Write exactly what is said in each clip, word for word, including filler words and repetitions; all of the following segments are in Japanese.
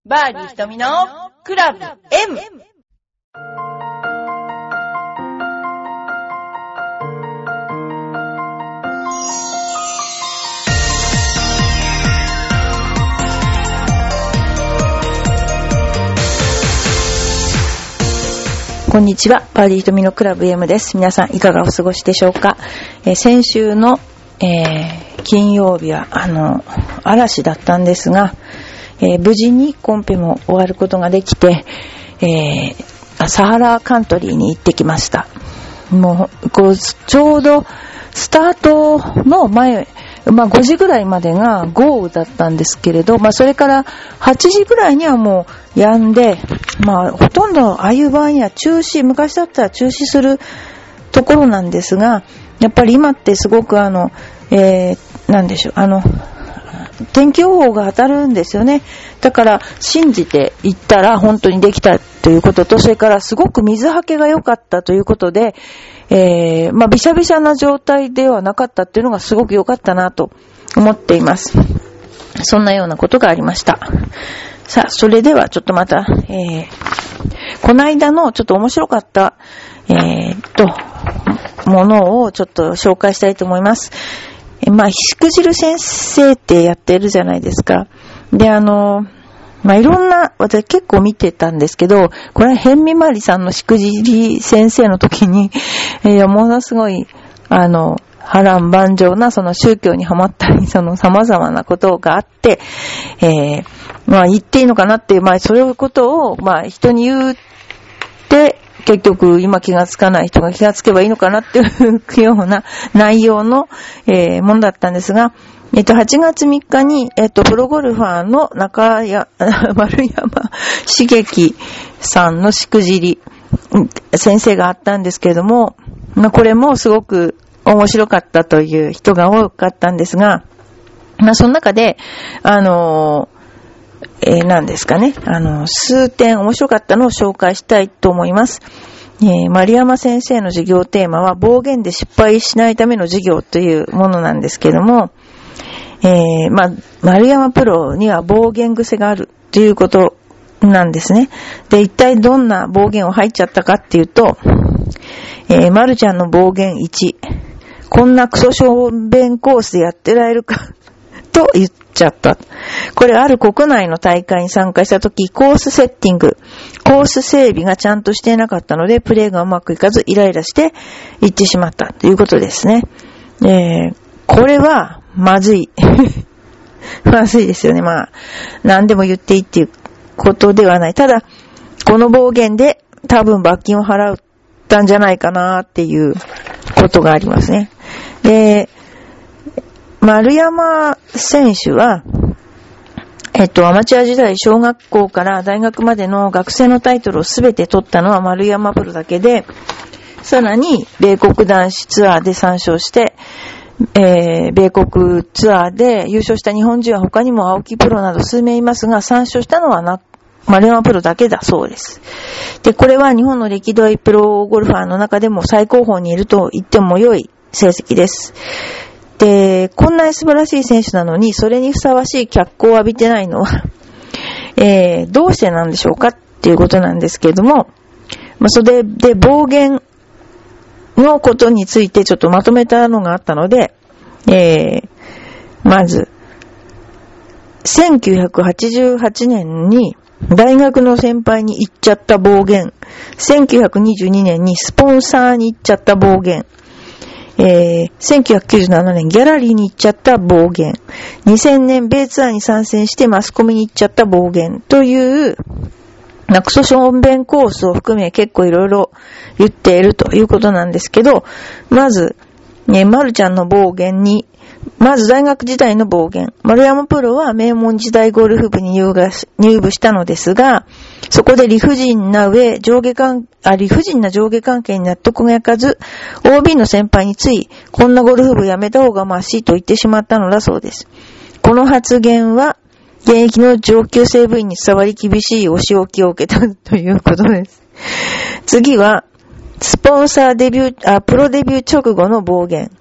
バーディー瞳のクラブ M。 こんにちは、バーディー瞳のクラブ M です。皆さんいかがお過ごしでしょうか。えー、先週の、えー、金曜日はあの嵐だったんですが、えー、無事にコンペも終わることができて、えー、サハラカントリーに行ってきました。もうこうちょうどスタートの前、まあ、ごじぐらいまでが豪雨だったんですけれど、まあ、それからはちじぐらいにはもう止んで、まあ、ほとんどああいう場合には中止、昔だったら中止するところなんですが、やっぱり今ってすごくあの、えー、なんでしょう、あの天気予報が当たるんですよね。だから信じていったら本当にできたということと、それからすごく水はけが良かったということで、えー、まあびしゃびしゃな状態ではなかったっていうのがすごく良かったなと思っています。そんなようなことがありました。さあ、それではちょっとまた、えー、この間のちょっと面白かった、えー、っと、ものをちょっと紹介したいと思います。まあ、しくじる先生ってやってるじゃないですか。で、あの、まあ、いろんな、私結構見てたんですけど、これは辺見まりさんのしくじり先生の時に、えー、ものすごい、あの、波乱万丈なその宗教にはまったり、その様々なことがあって、えー、まあ言っていいのかなっていう、まあそういうことを、まあ人に言って、結局今気がつかない人が気がつけばいいのかなっていうような内容の、えー、ものだったんですが、えっと、はちがつみっかに、えっと、プロゴルファーの中谷、丸山茂樹さんのしくじり先生があったんですけれども、まあこれもすごく面白かったという人が多かったんですが、まあその中で、あのー、えー、何ですかね、あの、数点面白かったのを紹介したいと思います。えー、丸山先生の授業テーマは暴言で失敗しないための授業というものなんですけども、えー、まあ、丸山プロには暴言癖があるということなんですね。で、一体どんな暴言を入っちゃったかっていうと、えー、丸ちゃんの暴言いち、こんなクソ小便コースでやってられるかと言っちゃった。これある国内の大会に参加したとき、コースセッティング、コース整備がちゃんとしていなかったので、プレーがうまくいかずイライラして行ってしまったということですね。えー、これはまずい。まずいですよね。まあ、何でも言っていいっていうことではない。ただ、この暴言で多分罰金を払ったんじゃないかなっていうことがありますね。で、丸山選手は、えっと、アマチュア時代、小学校から大学までの学生のタイトルをすべて取ったのは丸山プロだけで、さらに、米国男子ツアーでさん勝して、えー、米国ツアーで優勝した日本人は他にも青木プロなど数名いますが、さん勝したのはな、丸山プロだけだそうです。で、これは日本の歴代プロゴルファーの中でも最高峰にいると言っても良い成績です。で、こんなに素晴らしい選手なのに、それにふさわしい脚光を浴びてないのは、えー、どうしてなんでしょうかっていうことなんですけれども、まあ、それで暴言のことについてちょっとまとめたのがあったので、えー、まず、せんきゅうひゃくはちじゅうはちねんに大学の先輩に言っちゃった暴言、せんきゅうひゃくにじゅうにねんにスポンサーに言っちゃった暴言、えー、せんきゅうひゃくきゅうじゅうななねんギャラリーに行っちゃった暴言、にせんねん米ツアーに参戦してマスコミに行っちゃった暴言という、クソ小便コースを含め結構いろいろ言っているということなんですけど、まず、ね、丸ちゃんの暴言に、まず大学時代の暴言。丸山プロは名門時代ゴルフ部に入学し、入部したのですが、そこで理不尽な上、上下関、あ、理不尽な上下関係に納得がいかず、オービー の先輩につい、こんなゴルフ部やめた方がましいと言ってしまったのだそうです。この発言は、現役の上級生部員に伝わり厳しいお仕置きを受けたということです。次は、スポンサーデビュー、あ、プロデビュー直後の暴言。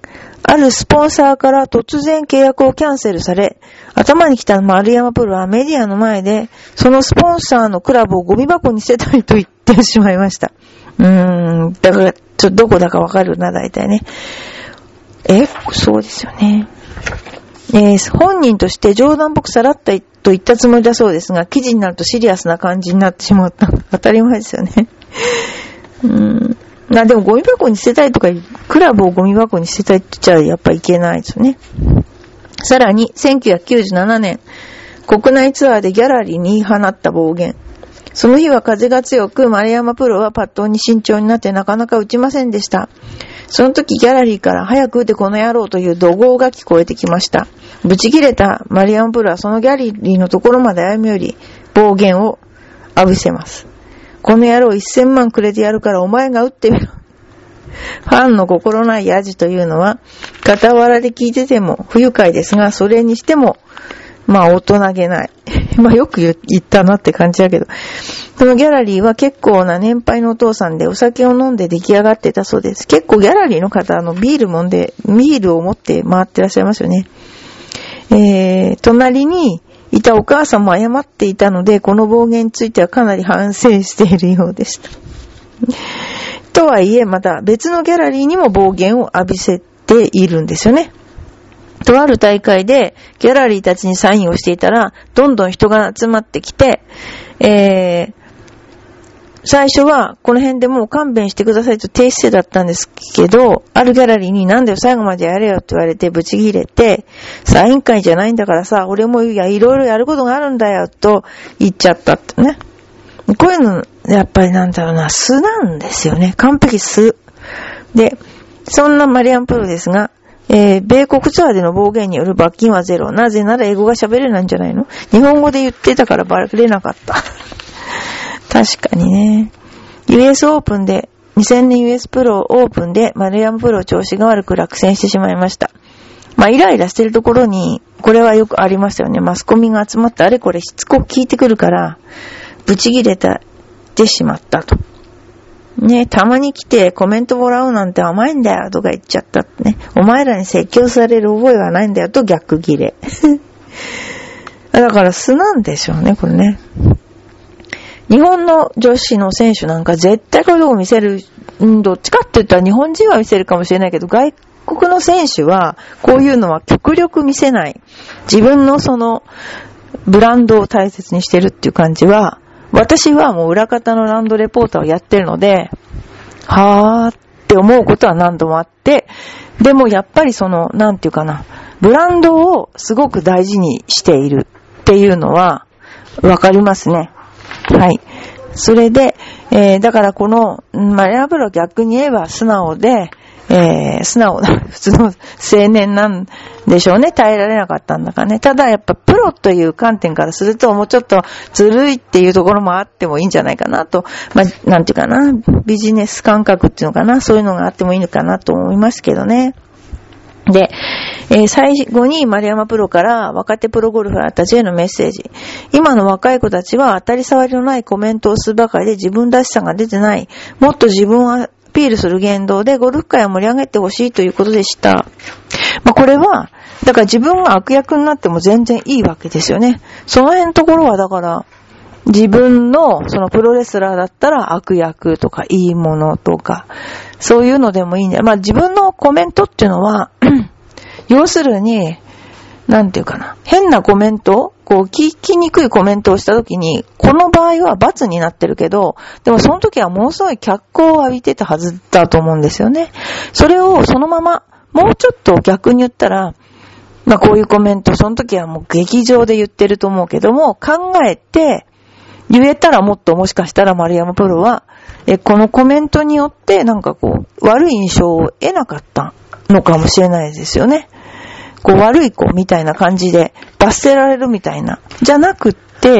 あるスポンサーから突然契約をキャンセルされ、頭に来た丸山プロはメディアの前で、そのスポンサーのクラブをゴミ箱に捨てたいと言ってしまいました。うーん、だから、ちょっとどこだかわかるな、大体ね。え、そうですよね。えー、本人として冗談っぽくさらったと言ったつもりだそうですが、記事になるとシリアスな感じになってしまった。当たり前ですよね。うーん。まあでもゴミ箱に捨てたいとか、クラブをゴミ箱に捨てたいって言っちゃやっぱいけないですよね。さらに、せんきゅうひゃくきゅうじゅうななねん、国内ツアーでギャラリーに言い放った暴言。その日は風が強く、丸山プロはパットに慎重になってなかなか打ちませんでした。その時ギャラリーから早く打てこの野郎という怒号が聞こえてきました。ぶち切れた丸山プロはそのギャラリーのところまで歩み寄り、暴言を浴びせます。この野郎せんまんくれてやるからお前が打ってみろ。ファンの心ないヤジというのは、傍らで聞いてても不愉快ですが、それにしても、まあ大人げない。まあよく言ったなって感じだけど。そのギャラリーは結構な年配のお父さんでお酒を飲んで出来上がってたそうです。結構ギャラリーの方、あのビールもんで、ビールを持って回ってらっしゃいますよね。えー、隣にいたお母さんも謝っていたので、この暴言についてはかなり反省しているようでした。とはいえ、また別のギャラリーにも暴言を浴びせているんですよね。とある大会でギャラリーたちにサインをしていたら、どんどん人が集まってきて、えー、最初はこの辺でもう勘弁してくださいと低姿勢だったんですけど、あるギャラリーになんだよ最後までやれよって言われてブチ切れて、サイン会じゃないんだからさ、俺もいやいろいろやることがあるんだよと言っちゃったってね。こういうのやっぱりなんだろうな、素なんですよね。完璧素で、そんなマリアンプロですが、えー、米国ツアーでの暴言による罰金はゼロ。なぜなら英語が喋れないんじゃないの？日本語で言ってたからバレなかった。確かにね。ユーエス オープンで、にせんねん ユーエス プロオープンでマリアムプロ調子が悪く落選してしまいました。まあイライラしてるところに、これはよくありましたよね。マスコミが集まってあれこれしつこく聞いてくるから、ブチ切れてしまったと。ね、たまに来てコメントもらうなんて甘いんだよとか言っちゃったってね。お前らに説教される覚えがないんだよと逆切れ。だから素なんでしょうね、これね。日本の女子の選手なんか絶対こういうとこ見せる、うん、どっちかって言ったら日本人は見せるかもしれないけど、外国の選手はこういうのは極力見せない。自分のそのブランドを大切にしてるっていう感じは、私はもう裏方のラウンドレポーターをやってるので、はーって思うことは何度もあって、でもやっぱりその、なんていうかな、ブランドをすごく大事にしているっていうのはわかりますね。はい。それで、えー、だからこの、マリアプロは逆に言えば素直で、えー、素直な普通の青年なんでしょうね。耐えられなかったんだからね。ただやっぱプロという観点からするともうちょっとずるいっていうところもあってもいいんじゃないかなと。まあ、なんていうかな。ビジネス感覚っていうのかな。そういうのがあってもいいのかなと思いますけどね。で、えー、最後に丸山プロから若手プロゴルファーたちへのメッセージ。今の若い子たちは当たり障りのないコメントをするばかりで自分らしさが出てない。もっと自分をアピールする言動でゴルフ界を盛り上げてほしいということでした。まあこれは、だから自分が悪役になっても全然いいわけですよね。その辺のところはだから、自分のそのプロレスラーだったら悪役とかいいものとか、そういうのでもいいんだよ。まあ自分のコメントっていうのは、要するに、なんていうかな、変なコメントこう聞きにくいコメントをしたときに、この場合は罰になってるけど、でもその時はものすごい脚光を浴びてたはずだと思うんですよね。それをそのまま、もうちょっと逆に言ったら、まあこういうコメント、その時はもう劇場で言ってると思うけども、考えて言えたらもっともしかしたら丸山プロは、えこのコメントによってなんかこう、悪い印象を得なかったのかもしれないですよね。こう悪い子みたいな感じで罰せられるみたいな。じゃなくって、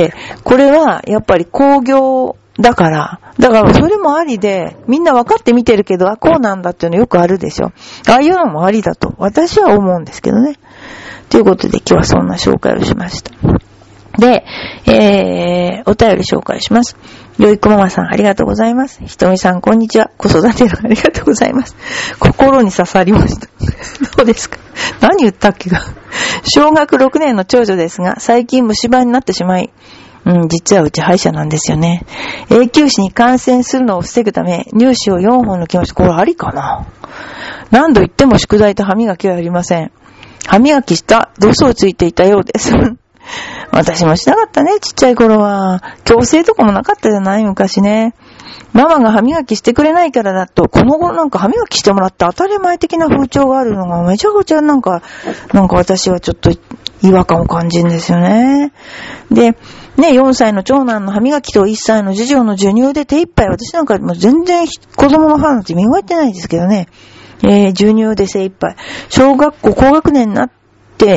これはやっぱり興行だから、だからそれもありで、みんな分かって見てるけど、あ、こうなんだっていうのよくあるでしょ。ああいうのもありだと、私は思うんですけどね。ということで今日はそんな紹介をしました。 で、えー、お便り紹介します。よいこママさん、ありがとうございます。ひとみさん、こんにちは。子育てのありがとうございます。心に刺さりました。どうですか？何言ったっけか。小学ろくねんの長女ですが、最近虫歯になってしまい、うん、実はうち歯医者なんですよね。永久歯に感染するのを防ぐため、乳歯をよんほん抜きました。これありかな？何度言っても宿題と歯磨きはありません。歯磨きしたドスをついていたようです。私もしなかったね、ちっちゃい頃は。矯正とかもなかったじゃない、昔ね。ママが歯磨きしてくれないからだと、この頃なんか歯磨きしてもらって当たり前的な風潮があるのがめちゃくちゃなんか、なんか私はちょっと違和感を感じるんですよね。で、ね、よんさいの長男の歯磨きといっさいの次女の授乳で手一杯、私なんかもう全然子供の歯なんて磨いてないですけどね。えー、授乳で精一杯。小学校高学年になって、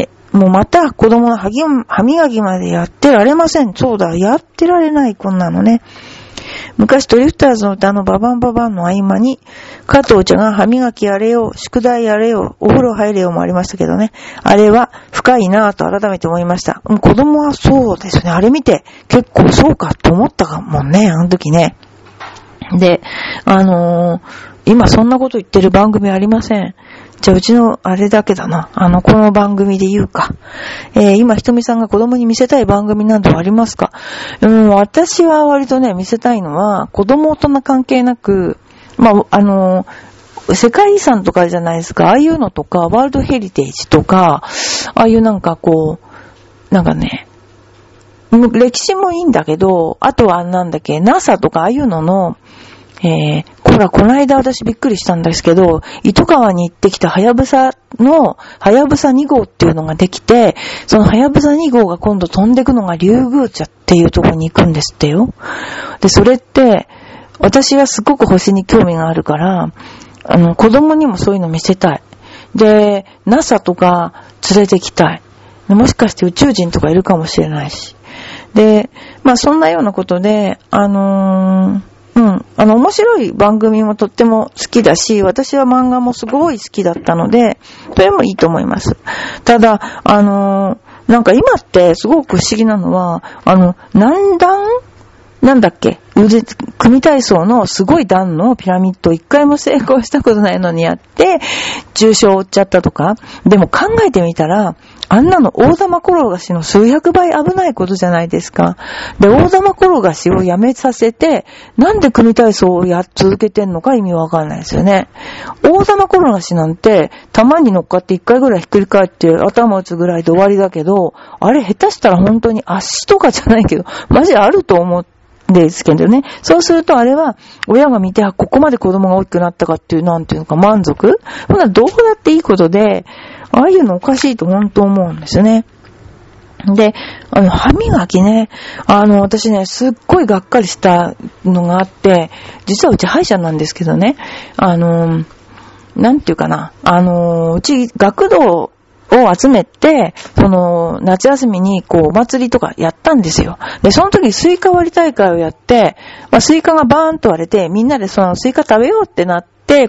もうまた子供の歯磨きまでやってられません。そうだ、やってられない、こんなのね。昔ドリフターズの歌のババンババンの合間に、加藤茶が歯磨きやれよ、宿題やれよ、お風呂入れよもありましたけどね。あれは深いなぁと改めて思いました。子供はそうですね。あれ見て結構そうかと思ったかもね、あの時ね。で、あのー、今そんなこと言ってる番組ありません。じゃあうちのあれだけだな。あの、この番組で言うか。えー、今ひとみさんが子供に見せたい番組などありますか？うん、私は割とね、見せたいのは、子供大人関係なく、まあ、あのー、世界遺産とかじゃないですか。ああいうのとか、ワールドヘリテージとか、ああいうなんかこう、なんかね、歴史もいいんだけど、あとはなんだっけ、ナサ とかああいうのの、えー、ほら、この間私びっくりしたんですけど、糸川に行ってきたはやぶさの、はやぶさに号っていうのができて、そのはやぶさに号が今度飛んでくのが竜宮茶っていうところに行くんですってよ。で、それって、私はすごく星に興味があるから、あの、子供にもそういうの見せたい。で、ナサ とか連れてきたい。もしかして宇宙人とかいるかもしれないし。で、まあそんなようなことで、あのー、うん。あの、面白い番組もとっても好きだし、私は漫画もすごい好きだったので、それもいいと思います。ただ、あのー、なんか今ってすごく不思議なのは、あの、何段なんだっけ腕、組体操のすごい段のピラミッドを一回も成功したことないのにやって、重傷を負っちゃったとか。でも考えてみたら、あんなの大玉転がしの数百倍危ないことじゃないですか。で、大玉転がしをやめさせて、なんで組体操をやっ続けてんのか意味わかんないですよね。大玉転がしなんて、玉に乗っかって一回ぐらいひっくり返って頭打つぐらいで終わりだけど、あれ下手したら本当に足とかじゃないけど、マジあると思って、ですけどね。そうするとあれは、親が見て、あ、ここまで子供が大きくなったかっていう、なんていうのか満足？ほな、どうだっていいことで、ああいうのおかしいと本当思うんですよね。で、あの、歯磨きね、あの、私ね、すっごいがっかりしたのがあって、実はうち歯医者なんですけどね、あの、なんていうかな、あの、うち学童、を集めて、その、夏休みに、こう、お祭りとかやったんですよ。で、その時スイカ割り大会をやって、まあ、スイカがバーンと割れて、みんなでそのスイカ食べようってなって、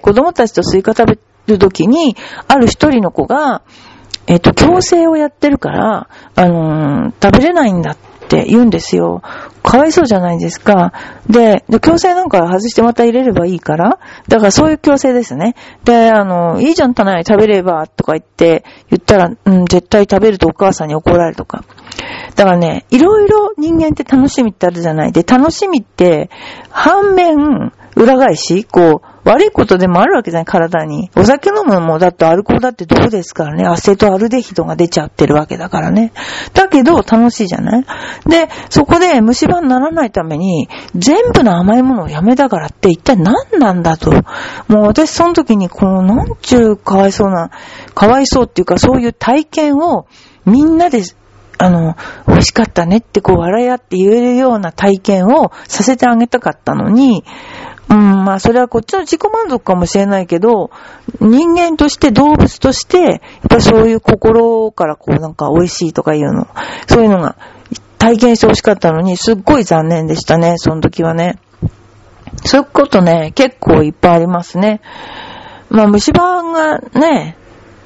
子供たちとスイカ食べる時に、ある一人の子が、えっと、矯正をやってるから、あのー、食べれないんだって言うんですよ。かわいそうじゃないですか。で、で矯正なんか外してまた入れればいいから。だからそういう矯正ですね。で、あの、いいじゃん、たない、食べれば、とか言って、言ったら、うん、絶対食べるとお母さんに怒られるとか。だからね、いろいろ人間って楽しみってあるじゃない。で、楽しみって、反面、裏返し、こう、悪いことでもあるわけじゃない、体に。お酒飲むのも、だってアルコールだって毒ですからね。アセトアルデヒドが出ちゃってるわけだからね。だけど、楽しいじゃない？で、そこで虫歯にならないために、全部の甘いものをやめたからって一体何なんだと。もう私その時に、この、なんちゅうかわいそうな、かわいそうっていうか、そういう体験を、みんなで、あの、美味しかったねってこう笑い合って言えるような体験をさせてあげたかったのに、うん、まあそれはこっちの自己満足かもしれないけど、人間として動物として、やっぱりそういう心からこうなんか美味しいとかいうの、そういうのが体験してほしかったのに、すっごい残念でしたね、その時はね。そういうことね、結構いっぱいありますね。まあ虫歯がね、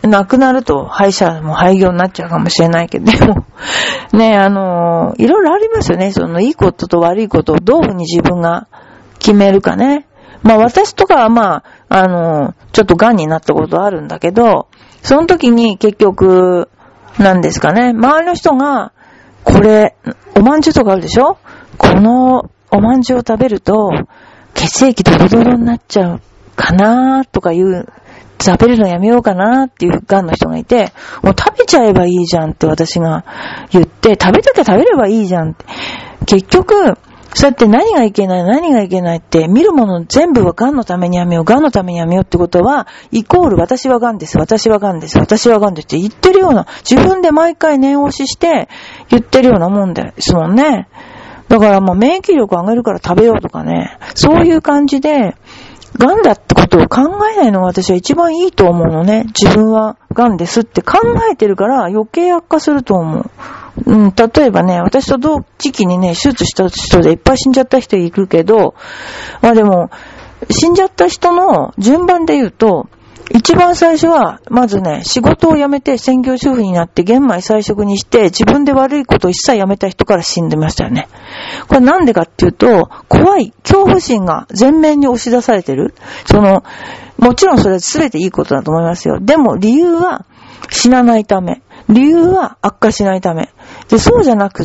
なくなると歯医者も廃業になっちゃうかもしれないけど、でも、ね、あの、いろいろありますよね。その、いいことと悪いことをどういうふうに自分が決めるかね。まあ私とかはまあ、あの、ちょっと癌になったことあるんだけど、その時に結局、なんですかね、周りの人が、これ、おまんじゅうとかあるでしょ？このおまんじゅうを食べると、血液ドロドロになっちゃうかなとかいう、食べるのやめようかなっていう癌の人がいて、もう食べちゃえばいいじゃんって私が言って、食べときゃ食べればいいじゃんって。結局、そうやって何がいけない、何がいけないって、見るもの全部は癌のためにやめよう、癌のためにやめようってことは、イコール私は癌です、私は癌です、私は癌ですって言ってるような、自分で毎回念押しして言ってるようなもんですもんね。だからもう免疫力上げるから食べようとかね、そういう感じで、癌だってことを考えないのが私は一番いいと思うのね。自分は癌ですって考えてるから余計悪化すると思う。うん、例えばね、私と同時期にね、手術した人でいっぱい死んじゃった人いるけど、まあでも、死んじゃった人の順番で言うと、一番最初は、まずね、仕事を辞めて専業主婦になって玄米菜食にして、自分で悪いことを一切やめた人から死んでましたよね。これなんでかっていうと、怖い、恐怖心が前面に押し出されてる。その、もちろんそれは全ていいことだと思いますよ。でも理由は死なないため。理由は悪化しないため。で、そうじゃなくって、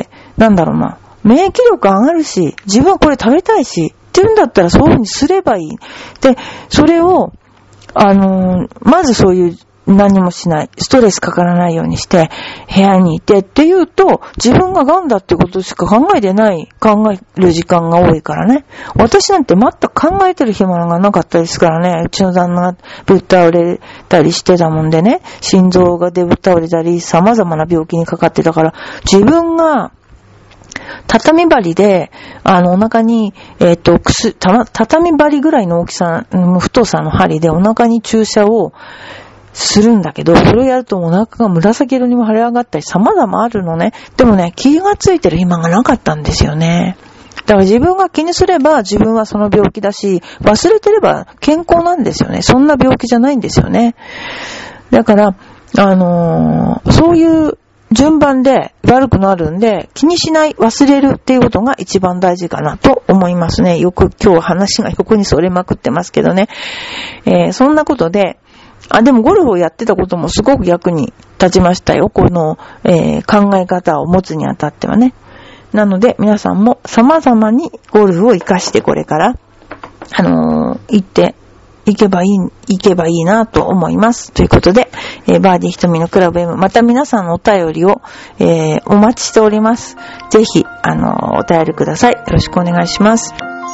なんだろうな、免疫力上がるし、自分はこれ食べたいし、っていうんだったらそういうふうにすればいい。で、それを、あのー、まずそういう何もしない、ストレスかからないようにして、部屋にいてっていうと、自分が癌だってことしか考えてない、考える時間が多いからね。私なんて全く考えてる暇がなかったですからね。うちの旦那がぶっ倒れたりしてたもんでね、心臓がでぶっ倒れたり、様々な病気にかかってたから、自分が、畳針で、あの、お腹に、えっと、くす、たま、畳針ぐらいの大きさ、太さの針でお腹に注射をするんだけど、それをやるとお腹が紫色にも腫れ上がったり様々あるのね。でもね、気がついてる暇がなかったんですよね。だから自分が気にすれば自分はその病気だし、忘れてれば健康なんですよね。そんな病気じゃないんですよね。だから、あのー、そういう順番で悪くなるんで、気にしない、忘れるっていうことが一番大事かなと思いますね。よく今日話が横にそれまくってますけどね。えー、そんなことで、あ、でもゴルフをやってたこともすごく役に立ちましたよ。この、えー、考え方を持つにあたってはね。なので皆さんも様々にゴルフを活かしてこれから、あのー、行っていけばいい、行けばいいなと思います。ということで、えー、バーディーひとみのクラブ M、また皆さんのお便りを、えー、お待ちしております。ぜひ、あのー、お便りください。よろしくお願いします。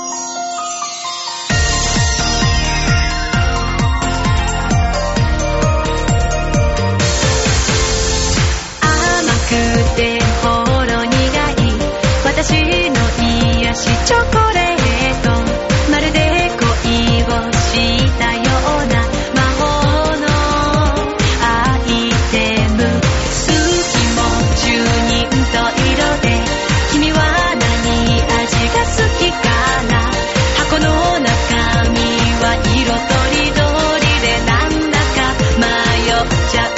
私の癒しチョコレート、まるで恋をしたような魔法のアイテム。好きもじゅうにんと色で、君は何味が好きかな。箱の中身は色とりどりでなんだか迷っちゃう。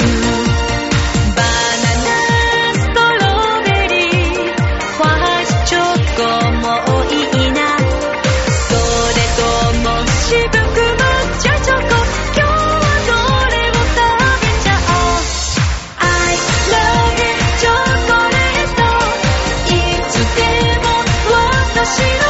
し